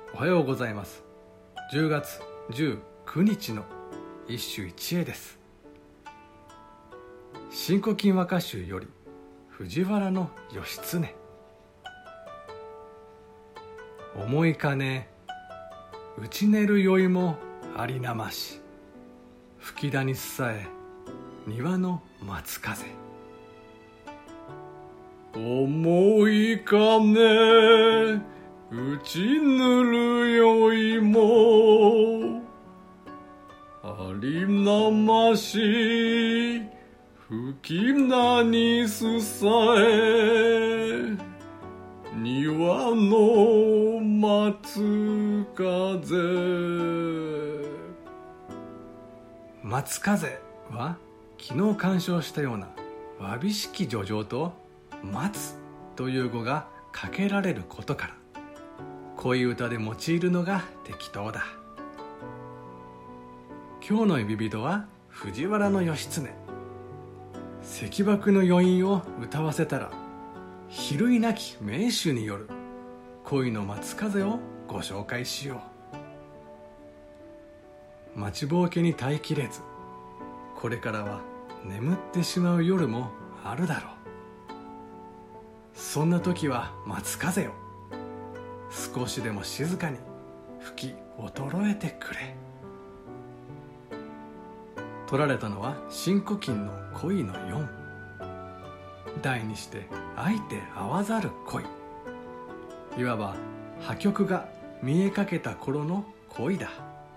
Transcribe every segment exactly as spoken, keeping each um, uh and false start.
おはようございます。じゅうがつじゅうくにちの一首一会です。新古今和歌集より藤原義経。思いかね打ち寝る酔いもありなまし、吹きだにすさえ庭の松風。思いかね打ちぬる酔いもありなまし、吹きなにすさえ庭の松風。松風は昨日鑑賞したようなわびしき叙情と松という語がかけられることから、恋歌で用いるのが適当だ。今日の指人は藤原義経。石箔の余韻を歌わせたら、比類なき名手による恋の松風をご紹介しよう。待ちぼうけに耐えきれず、これからは眠ってしまう夜もあるだろう。そんな時は松風よ、少しでも静かに吹き衰えてくれ。取られたのは新古今の恋のよん。題にして相手合わざる恋。いわば破局が見えかけた頃の恋だ。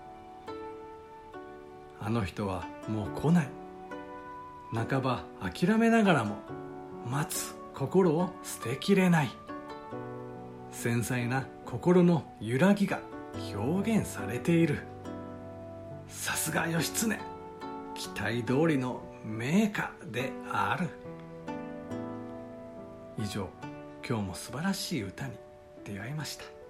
あの人はもう来ない。半ば諦めながらも待つ心を捨てきれない。繊細な心の揺らぎが表現されている。さすが義経、期待通りの名家である。以上、今日も素晴らしい歌に出会いました。